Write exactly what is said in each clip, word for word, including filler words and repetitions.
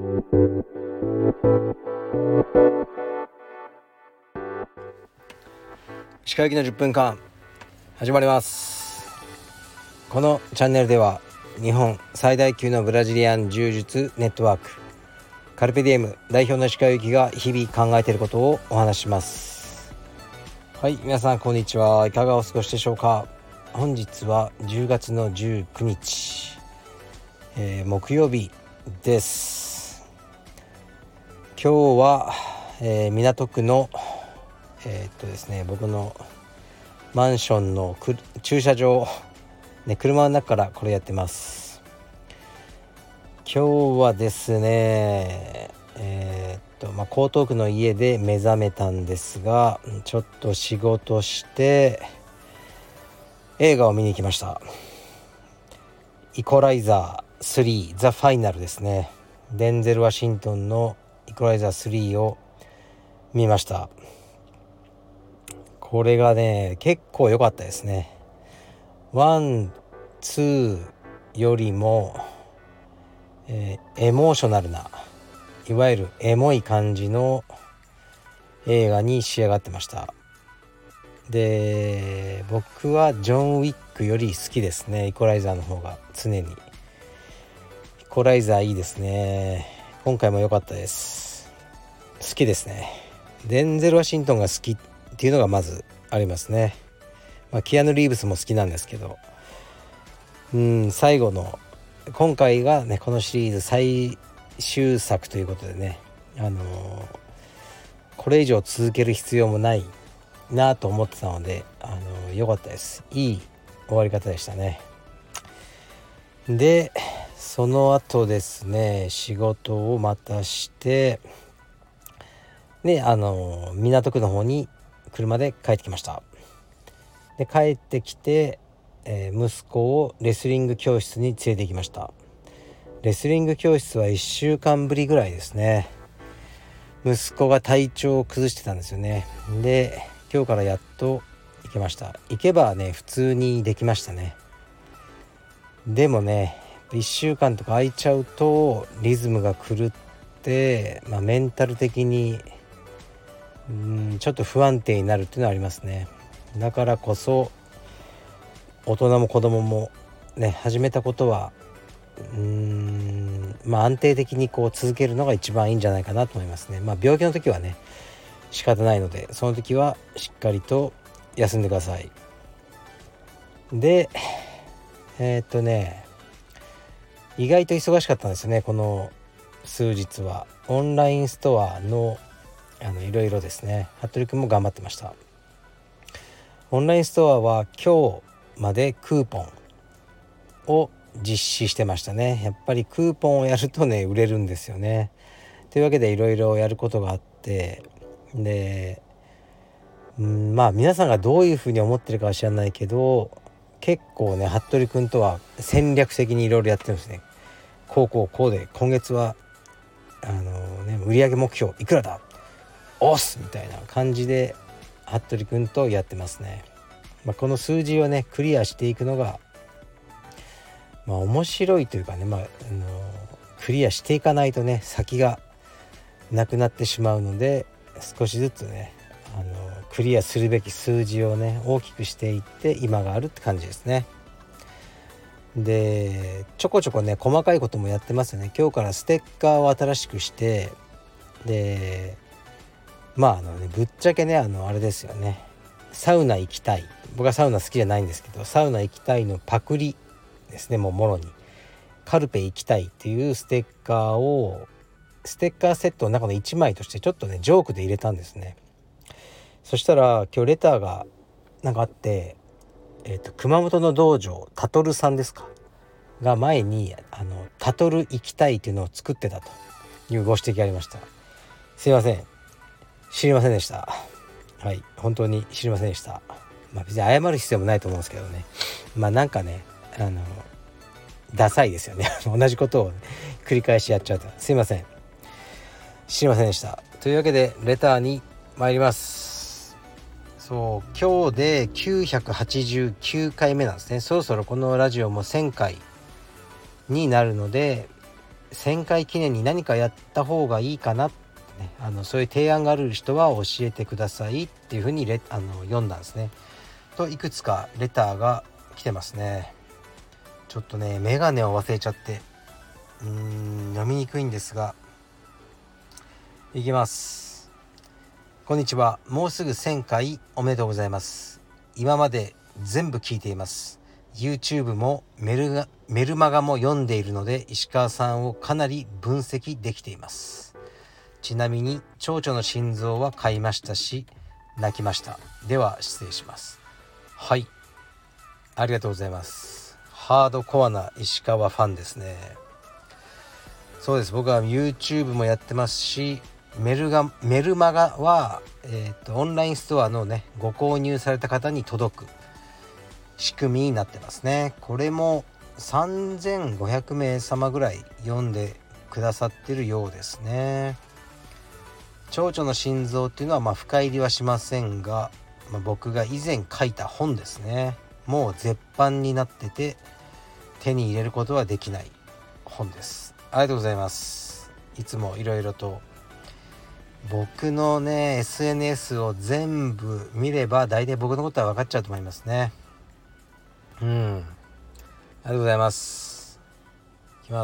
石川行きのじゅっぷんかん始まります。このチャンネルでは日本最大級のブラジリアン柔術ネットワークカルペディエム代表の石川行きが日々考えていることをお話しします。はい、皆さんこんにちは。いかがお過ごしでしょうか。本日はじゅうがつのじゅうくにち、えー、木曜日です。今日は、えー、港区のえー、っとですね僕のマンションの駐車場、ね、車の中からこれやってます。今日はですねえー、っとまあ江東区の家で目覚めたんですが、ちょっと仕事して映画を見に行きました。イコライザースリーザ・ファイナルですね。デンゼル・ワシントンのイコライザースリーを見ました。これがね結構良かったですね。ワン、ツーよりも、えー、エモーショナルないわゆるエモい感じの映画に仕上がってました。で僕はジョン・ウィックより好きですね。イコライザーの方が常に。イコライザーいいですね。今回も良かったです。好きですね。デンゼル・ワシントンが好きっていうのがまずありますね。まあ、キアヌ・リーブスも好きなんですけど、うん最後の今回がねこのシリーズ最終作ということでね、あのー、これ以上続ける必要もないなと思ってたので、あのー、よかったです。いい終わり方でしたね。でその後ですね仕事をまたしてであのー、港区の方に車で帰ってきました。で帰ってきて、えー、息子をレスリング教室に連れて行きました。レスリング教室はいっしゅうかんぶりぐらいですね。息子が体調を崩してたんですよね。で今日からやっと行けました。行けばね普通にできましたね。でもねいっしゅうかんとか空いちゃうとリズムが狂って、まあ、メンタル的にうんちょっと不安定になるっていうのはありますね。だからこそ大人も子供もね始めたことはうーんまあ安定的にこう続けるのが一番いいんじゃないかなと思いますね。まあ病気の時はね仕方ないのでその時はしっかりと休んでください。でえー、っとね意外と忙しかったんですよね。この数日はオンラインストアのあのいろいろですね。服部君も頑張ってました。オンラインストアは今日までクーポンを実施してましたね。やっぱりクーポンをやるとね売れるんですよね。というわけでいろいろやることがあって、でうんまあ皆さんがどういうふうに思ってるかは知らないけど結構ね服部君とは戦略的にいろいろやってるんですね。こうこうこうで今月はあの、ね、売上目標いくらだおっすみたいな感じで服部君とやってますね。まあ、この数字をねクリアしていくのがまあ面白いというかね、まあ、あのクリアしていかないとね先がなくなってしまうので少しずつねあのクリアするべき数字をね大きくしていって今があるって感じですね。でちょこちょこね細かいこともやってますよね。今日からステッカーを新しくしてでまああのねぶっちゃけねあのあれですよねサウナ行きたい僕はサウナ好きじゃないんですけどサウナ行きたいのパクリですね。もうもろにカルペ行きたいっていうステッカーをステッカーセットの中のいちまいとしてちょっとねジョークで入れたんですね。そしたら今日レターがなんかあって、えーと、熊本の道場タトルさんですかが前にあのタトル行きたいっていうのを作ってたというご指摘がありました。すいません知りませんでした。はい本当に知りませんでした。まあ別に謝る必要もないと思うんですけどね。まあなんかねあのダサいですよね同じことを、ね、繰り返しやっちゃうとすいません知りませんでした。というわけでレターに参ります。そう今日できゅうひゃくはちじゅうきゅうかいめなんですね。そろそろこのラジオもせんかいになるのでせんかい記念に何かやった方がいいかなってね、あのそういう提案がある人は教えてくださいっていうふうにレあの読んだんですね。といくつかレターが来てますね。ちょっとねメガネを忘れちゃってうーん読みにくいんですが、いきます。こんにちは。もうすぐせんかいおめでとうございます。今まで全部聞いています。 YouTube もメルガメルマガも読んでいるので石川さんをかなり分析できています。ちなみに蝶々の心臓は買いましたし泣きました。では失礼します。はい、ありがとうございます。ハードコアな石川ファンですね。そうです。僕は YouTube もやってますし、メルガメルマガは、えーと、オンラインストアのねご購入された方に届く仕組みになってますね。これもさんぜんごひゃくめい様ぐらい読んでくださってるようですね。蝶々の心臓っていうのはまあ深入りはしませんが、まあ、僕が以前書いた本ですね。もう絶版になってて手に入れることはできない本です。ありがとうございます。いつもいろいろと僕のね エスエヌエス を全部見れば大体僕のことは分かっちゃうと思いますね。うん、ありがとうございます。いきます。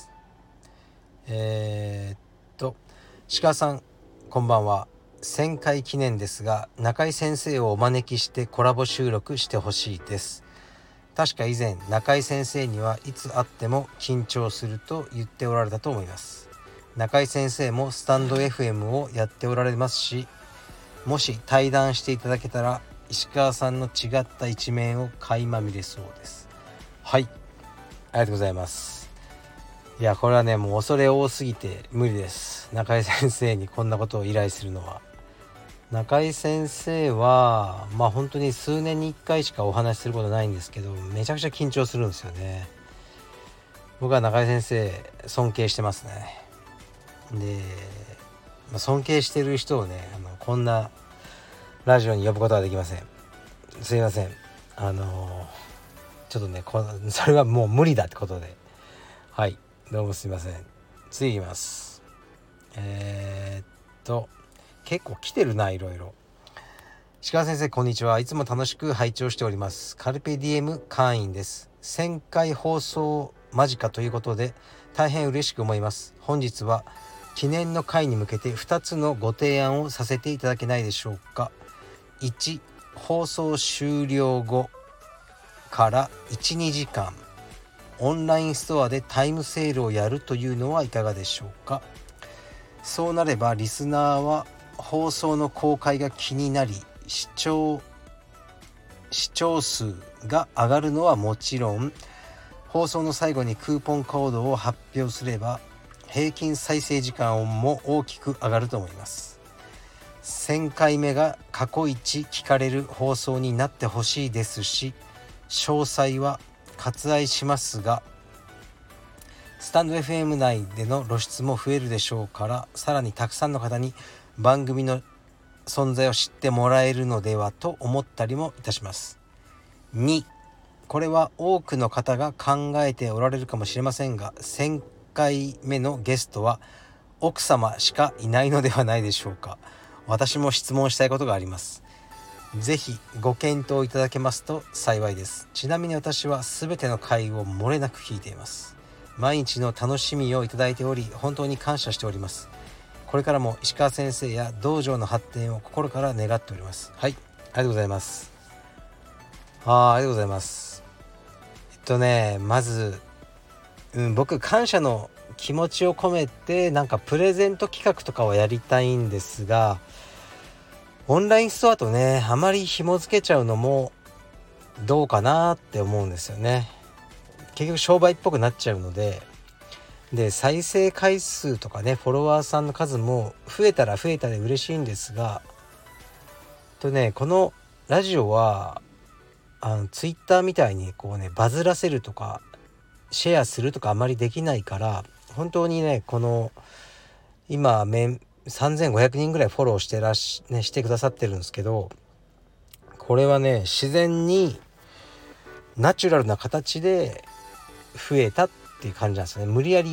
えー、っと鹿さんこんばんは。せんかい記念ですが中井先生をお招きしてコラボ収録してほしいです。確か以前中井先生にはいつ会っても緊張すると言っておられたと思います。中井先生もスタンド エフエム をやっておられますし、もし対談していただけたら石川さんの違った一面を垣間見れそうです。はい、ありがとうございます。いやこれはねもう恐れ多すぎて無理です。中井先生にこんなことを依頼するのは。中井先生はまあ本当に数年にいっかいしかお話しすることないんですけど、めちゃくちゃ緊張するんですよね。僕は中井先生尊敬してますね。で、まあ、尊敬してる人をねあのこんなラジオに呼ぶことはできません。すいません。あのちょっとねこそれはもう無理だってことで、はい、どうもすいません。次いきます。えー、っと結構来てるないろいろ。鹿先生こんにちは。いつも楽しく拝聴しております。カルペディエム会員です。せんかい放送間近ということで大変嬉しく思います。本日は記念の会に向けてふたつのご提案をさせていただけないでしょうか。いち、放送終了後から いちにじかんオンラインストアでタイムセールをやるというのはいかがでしょうか。そうなればリスナーは放送の公開が気になり視聴視聴数が上がるのはもちろん、放送の最後にクーポンコードを発表すれば平均再生時間も大きく上がると思います。せんかいめが過去一聞かれる放送になってほしいですし、詳細は割愛しますがスタンド エフエム 内での露出も増えるでしょうから、さらにたくさんの方に番組の存在を知ってもらえるのではと思ったりもいたします。に、これは多くの方が考えておられるかもしれませんが、せんかいめのゲストは奥様しかいないのではないでしょうか。私も質問したいことがあります。ぜひご検討いただけますと幸いです。ちなみに私は全ての回を漏れなく聞いています。毎日の楽しみをいただいており本当に感謝しております。これからも石川先生や道場の発展を心から願っております。はい、ありがとうございます。あありがとうございます。えっとねまず、うん、僕感謝の気持ちを込めてなんかプレゼント企画とかをやりたいんですが、オンラインストアとねあまり紐付けちゃうのもどうかなって思うんですよね。結局商売っぽくなっちゃうので、で再生回数とかねフォロワーさんの数も増えたら増えたで嬉しいんですが、とねこのラジオはあのツイッターみたいにこうねバズらせるとかシェアするとかあまりできないから、本当にねこの今さんぜんごひゃくにんぐらいフォローしてらし、ね、してくださってるんですけど、これはね自然にナチュラルな形で増えたっていう感じなんですよね。無理やり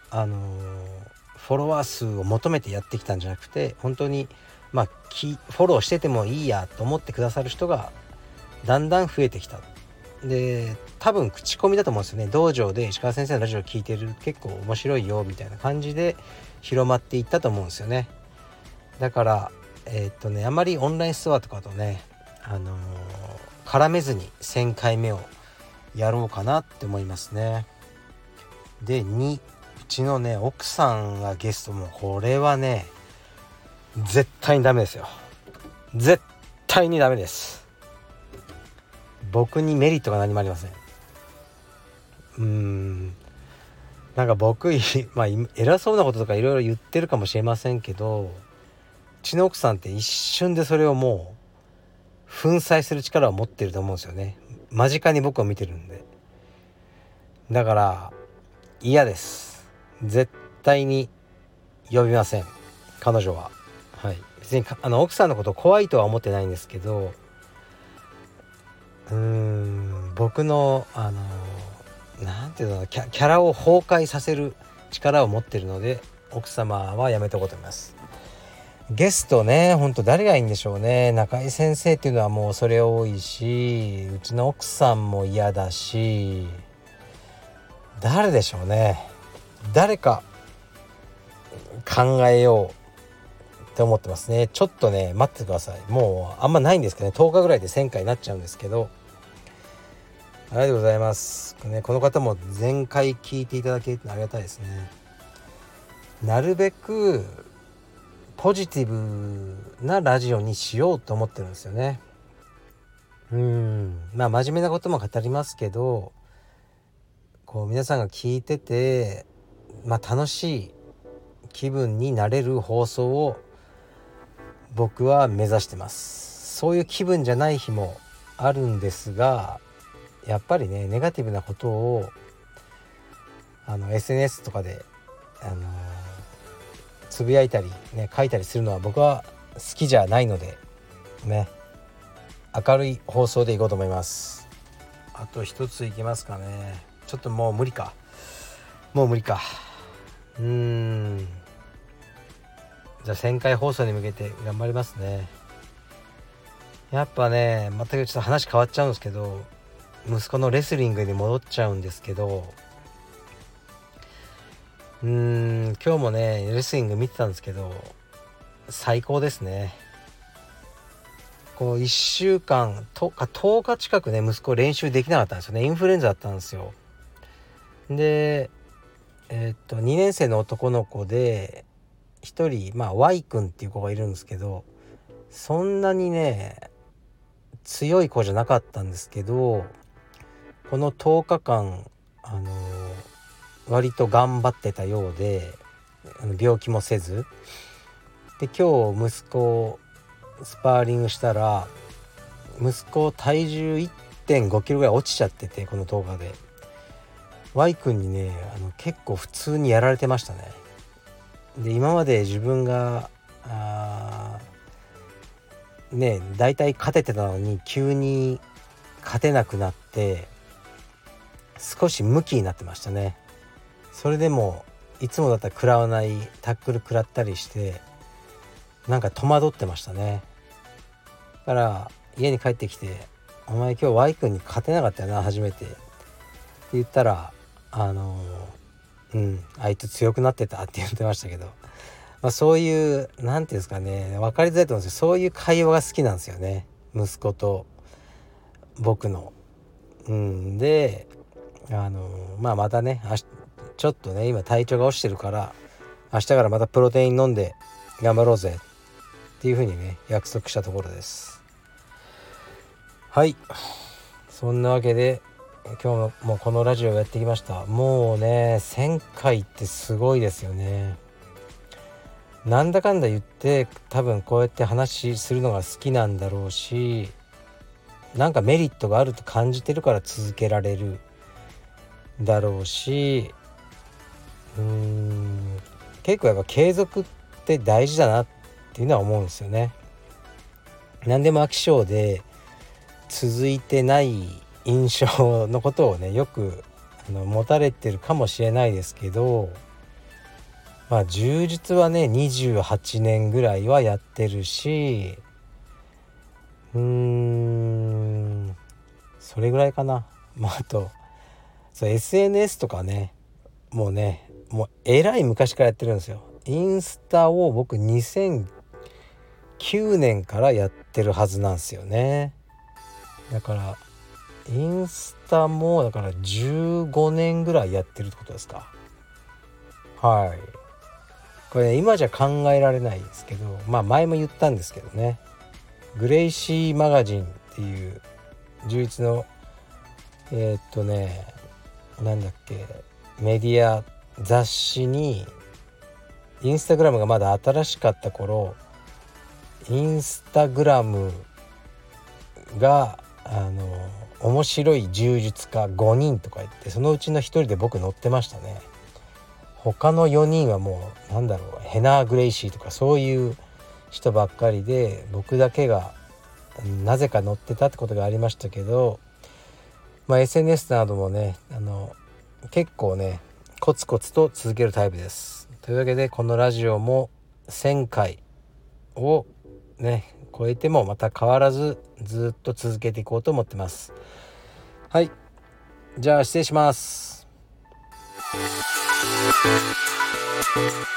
あのフォロワー数を求めてやってきたんじゃなくて、本当にまあフォローしててもいいやと思ってくださる人がだんだん増えてきた。で多分口コミだと思うんですよね。道場で石川先生のラジオ聞いてる、結構面白いよみたいな感じで広まっていったと思うんですよね。だからえー、っとねあまりオンラインストアとかとね、あのー、絡めずにせんかいめをやろうかなって思いますね。でに、うちのね奥さんがゲストも、これはね絶対にダメですよ。絶対にダメです。僕にメリットが何もありません。うーんなんか僕まあ偉そうなこととかいろいろ言ってるかもしれませんけど、うちの奥さんって一瞬でそれをもう粉砕する力を持ってると思うんですよね。間近に僕を見てるんで。だから嫌です。絶対に呼びません、彼女は。はい、別にあの奥さんのこと怖いとは思ってないんですけど、うーん僕のあのなんていうのキャ、キャラを崩壊させる力を持ってるので、奥様はやめておこうと思います。ゲストね、ほんと誰がいいんでしょうね。中井先生っていうのはもうそれ多いし、うちの奥さんも嫌だし、誰でしょうね。誰か考えようって思ってますね。ちょっとね待ってください。もうあんまないんですけどね、とおかぐらいでせんかいになっちゃうんですけど、ありがとうございます、ね、この方も全回聞いていただけるのありがたいですね。なるべくポジティブなラジオにしようと思ってるんですよね。うんまあ真面目なことも語りますけど、こう皆さんが聞いてて、まあ、楽しい気分になれる放送を僕は目指してます。そういう気分じゃない日もあるんですが、やっぱりねネガティブなことをあの エスエヌエス とかで、あのー、つぶやいたり、ね、書いたりするのは僕は好きじゃないのでね、明るい放送でいこうと思います。あと一ついきますかね。ちょっともう無理かもう無理かうーんじゃあせんかい放送に向けて頑張りますね。やっぱね全くちょっと話変わっちゃうんですけど、息子のレスリングに戻っちゃうんですけど、うーん今日もねレスリング見てたんですけど、最高ですね。こういっしゅうかんとかとおか近くね息子練習できなかったんですよね。インフルエンザだったんですよ。でえー、っとにねん生の男の子でひとり、まあ Y 君っていう子がいるんですけど、そんなにね強い子じゃなかったんですけど、このとおかかんあのー、割と頑張ってたようで、病気もせずで、今日息子スパーリングしたら息子体重 いってんごキロぐらい落ちちゃってて、このとおかで Y 君にねあの結構普通にやられてましたね。で今まで自分があねだいたい勝ててたのに急に勝てなくなって少しムキになってましたね。それでもいつもだったら食らわないタックル食らったりしてなんか戸惑ってましたね。だから家に帰ってきて、お前今日 Y 君に勝てなかったよな初めてって言ったら、あのうんあいつ強くなってたって言ってましたけど、まあ、そういうなんていうんですかね、分かりづらいと思うんですけど、そういう会話が好きなんですよね、息子と僕の。うんであのまあまたねちょっとね今体調が落ちてるから明日からまたプロテイン飲んで頑張ろうぜっていう風にね約束したところです。はい、そんなわけで今日もこのラジオやってきました。もうねせんかいってすごいですよね。なんだかんだ言って多分こうやって話するのが好きなんだろうし、なんかメリットがあると感じてるから続けられるだろうし、うーん結構やっぱ継続って大事だなっていうのは思うんですよね。何でも飽き性で続いてない印象のことをねよくあの持たれてるかもしれないですけど、 まあ柔術はねにじゅうはちねんぐらいはやってるし、うーんそれぐらいかな。まああとそう エスエヌエス とかね、もうねもうえらい昔からやってるんですよ。インスタを僕にせんきゅうねんからやってるはずなんですよね。だからインスタもだからじゅうごねんぐらいやってるってことですか。はい。これ、ね、今じゃ考えられないですけど、まあ前も言ったんですけどね、グレイシーマガジンっていう充実のえー、っとねなんだっけメディア雑誌に、インスタグラムがまだ新しかった頃、インスタグラムがあの面白い柔術家ごにんとか言って、そのうちのひとりで僕乗ってましたね。他のよにんはもうなんだろう、ヘナー・グレイシーとかそういう人ばっかりで、僕だけがなぜか乗ってたってことがありましたけど、まあ エスエヌエス などもねあの結構ねコツコツと続けるタイプです。というわけでこのラジオもせんかいをね超えてもまた変わらずずっと続けていこうと思ってます。はい、じゃあ失礼します。